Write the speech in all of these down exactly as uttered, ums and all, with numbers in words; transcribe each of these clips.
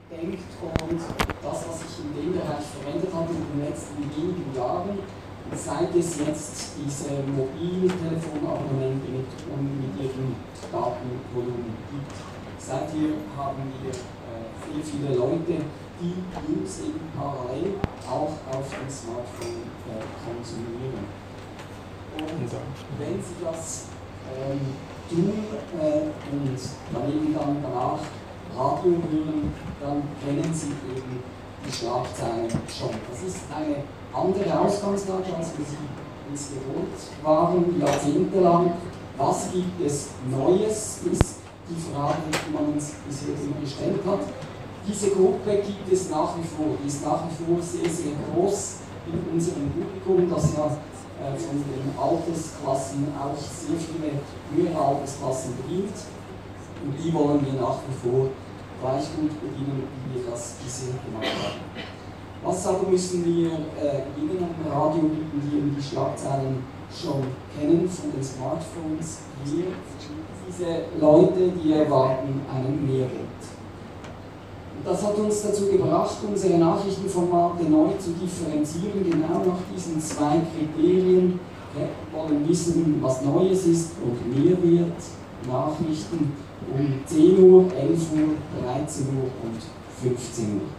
denkt und das, was sich in dem Bereich verändert hat in den letzten wenigen Jahren, seit es jetzt diese Mobiltelefonabonnemente mit unlimitiertem Datenvolumen gibt. Seither haben wir äh, viel, viele Leute, die News eben parallel auch auf dem Smartphone äh, konsumieren. Und wenn sie das ähm, tun äh, und daneben dann danach Radio hören, dann kennen sie eben die Schlagzeilen schon. Das ist eine andere Ausgangslage, als wir sie uns gewohnt waren, jahrzehntelang. Was gibt es Neues, ist die Frage, die man uns bisher immer gestellt hat. Diese Gruppe gibt es nach wie vor, die ist nach wie vor sehr, sehr groß in unserem Publikum, das ja äh, von den Altersklassen auch sehr viele höhere Altersklassen bedient. Und die wollen wir nach wie vor gleich gut bedienen, wie wir das bisher gemacht haben. Was aber müssen wir äh, Ihnen am Radio bieten, die eben die Schlagzeilen schon kennen von den Smartphones hier? Diese Leute, die erwarten einen Mehrwert. Und das hat uns dazu gebracht, unsere Nachrichtenformate neu zu differenzieren, genau nach diesen zwei Kriterien. Wir wollen wissen, was Neues ist und Mehrwert, Nachrichten um zehn Uhr, elf Uhr, dreizehn Uhr und fünfzehn Uhr.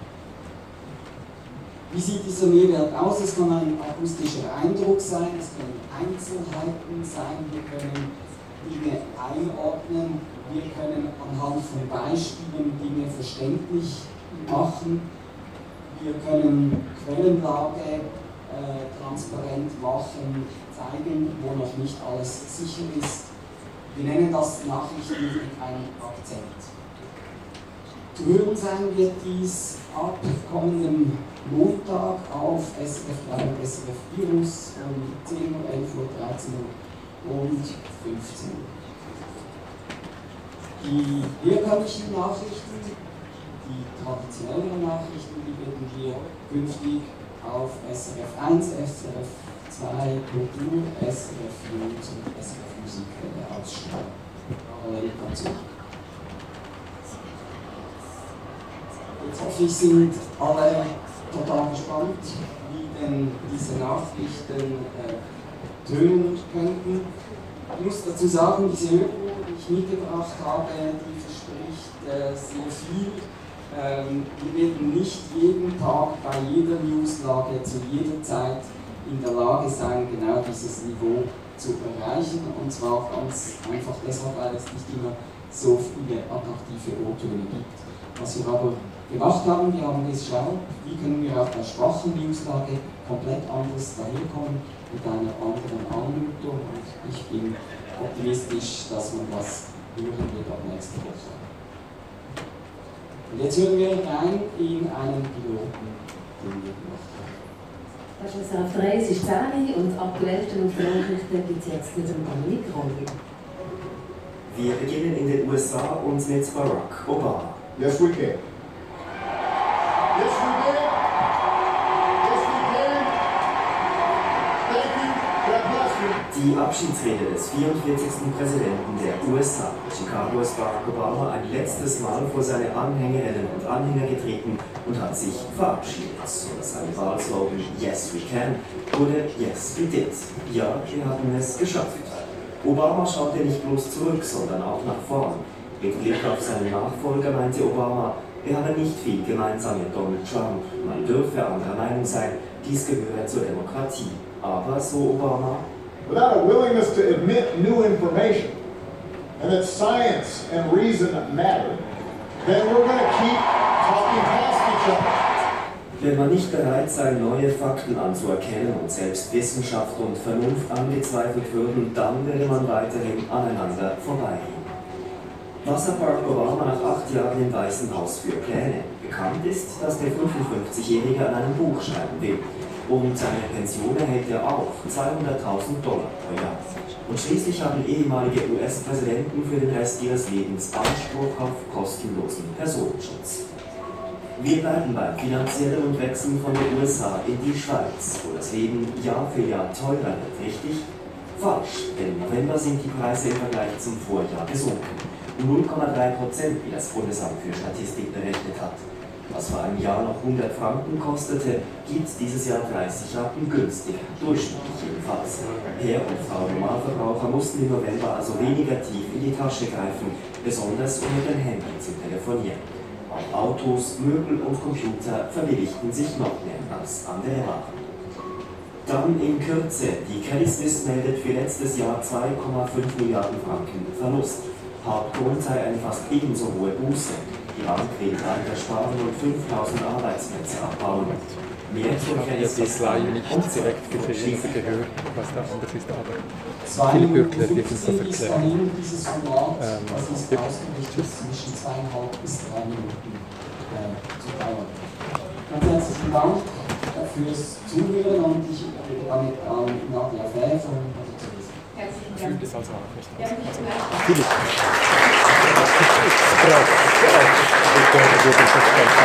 Wie sieht dieser Mehrwert aus? Es kann ein akustischer Eindruck sein, es können Einzelheiten sein, wir können Dinge einordnen, wir können anhand von Beispielen Dinge verständlich machen, wir können Quellenlage äh, transparent machen, zeigen, wo noch nicht alles sicher ist. Wir nennen das Nachrichten mit einem Akzent. Zu hören sein wird dies ab kommendem Montag auf S R F drei und S R F Virus um zehn Uhr, elf Uhr, dreizehn Uhr und fünfzehn Uhr. Die herkömmlichen Nachrichten, die traditionellen Nachrichten, die werden wir künftig auf S R F eins, S R F zwei, Kultur, S R F Jugend und S R F Musikwelle ausstrahlen. Parallel dazu. Jetzt hoffe ich, sind alle total gespannt, wie denn diese Nachrichten äh, tönen könnten. Ich muss dazu sagen, diese Hörprobe, die ich mitgebracht habe, die verspricht äh, sehr viel. Ähm, wir werden nicht jeden Tag bei jeder Newslage zu jeder Zeit in der Lage sein, genau dieses Niveau zu erreichen. Und zwar ganz einfach deshalb, weil es nicht immer so viele attraktive O-Töne gibt. Was wir aber gemacht haben, wir haben geschaut, wie können wir auf der schwachen Newslage komplett anders daherkommen mit einer anderen Anmutung, und ich bin optimistisch, dass man das hören wird ab nächste Woche. Und jetzt hören wir rein in einen Piloten, den wir gemacht haben. Das ist S R F drei, es ist zehn Uhr und das aktuellste auf der Nachrichten gibt es jetzt mit dem Dominik Rolli. Wir beginnen in den U S A und mit Barack Obama. Yes, we can. Yes, we can. Yes, we can. Thank you. God bless you. Die Abschiedsrede des vierundvierzigsten Präsidenten der U S A, Chicago, ist Barack Obama ein letztes Mal vor seine Anhängerinnen und Anhänger getreten und hat sich verabschiedet, sodass sein Wahlslogan Yes, we can wurde Yes, we did. Ja, wir haben es geschafft. Obama schaute nicht bloß zurück, sondern auch nach vorn. Mit Blick auf seinen Nachfolger meinte Obama, er habe nicht viel gemeinsam mit Donald Trump, man dürfe anderer Meinung sein, dies gehöre zur Demokratie. Aber, so Obama, without a willingness to admit new information and that science and reason matter, then we're going to keep talking past each other. Wenn man nicht bereit sei, neue Fakten anzuerkennen und selbst Wissenschaft und Vernunft angezweifelt würden, dann werde man weiterhin aneinander vorbeigehen. Was hat Barack Obama nach acht Jahren im Weißen Haus für Pläne? Bekannt ist, dass der fünfundfünfzigjährige an einem Buch schreiben will. Und seine Pension erhält er auch, zweihunderttausend Dollar pro Jahr. Und schließlich haben ehemalige U S-Präsidenten für den Rest ihres Lebens Anspruch auf kostenlosen Personenschutz. Wir bleiben beim finanziellen und wechseln von den U S A in die Schweiz, wo das Leben Jahr für Jahr teurer wird, richtig? Falsch, denn im November sind die Preise im Vergleich zum Vorjahr gesunken. Um null Komma drei Prozent, wie das Bundesamt für Statistik berechnet hat. hat. Was vor einem Jahr noch hundert Franken kostete, gibt dieses Jahr dreißig Rappen günstig, durchschnittlich jedenfalls. Herr und Frau Normalverbraucher mussten im November also weniger tief in die Tasche greifen, besonders um mit den Händen zu telefonieren. Auch Autos, Möbel und Computer verbilligten sich noch mehr als andere Waren. Dann in Kürze, die Credit Suisse meldet für letztes Jahr zwei Komma fünf Milliarden Franken Verlust. Hauptgrund sei eine fast ebenso hohe Buße. Die Bank will weiter sparen und fünftausend Arbeitsplätze abbauen. Mehr zur Credit Suisse nicht direkt gesehen oder gehört, was da anders ist, aber zwei viele Minuten Bürger dürfen es so fünfzehn ist erklären. dahin dieses Format, Ähm, das ist ja. ausgerichtet zwischen zweieinhalb bis drei Minuten äh, zu dauern. Ganz herzlichen Dank fürs Zuhören und ich gebe damit an Nadia Fäh von Positionismus. Herzlichen Ich Dank. fühle das also auch nicht. Ja, nicht Also, gleich. natürlich. Ja, ja, ja, ja, ja, ja, ja, ja, ja, ja, ja,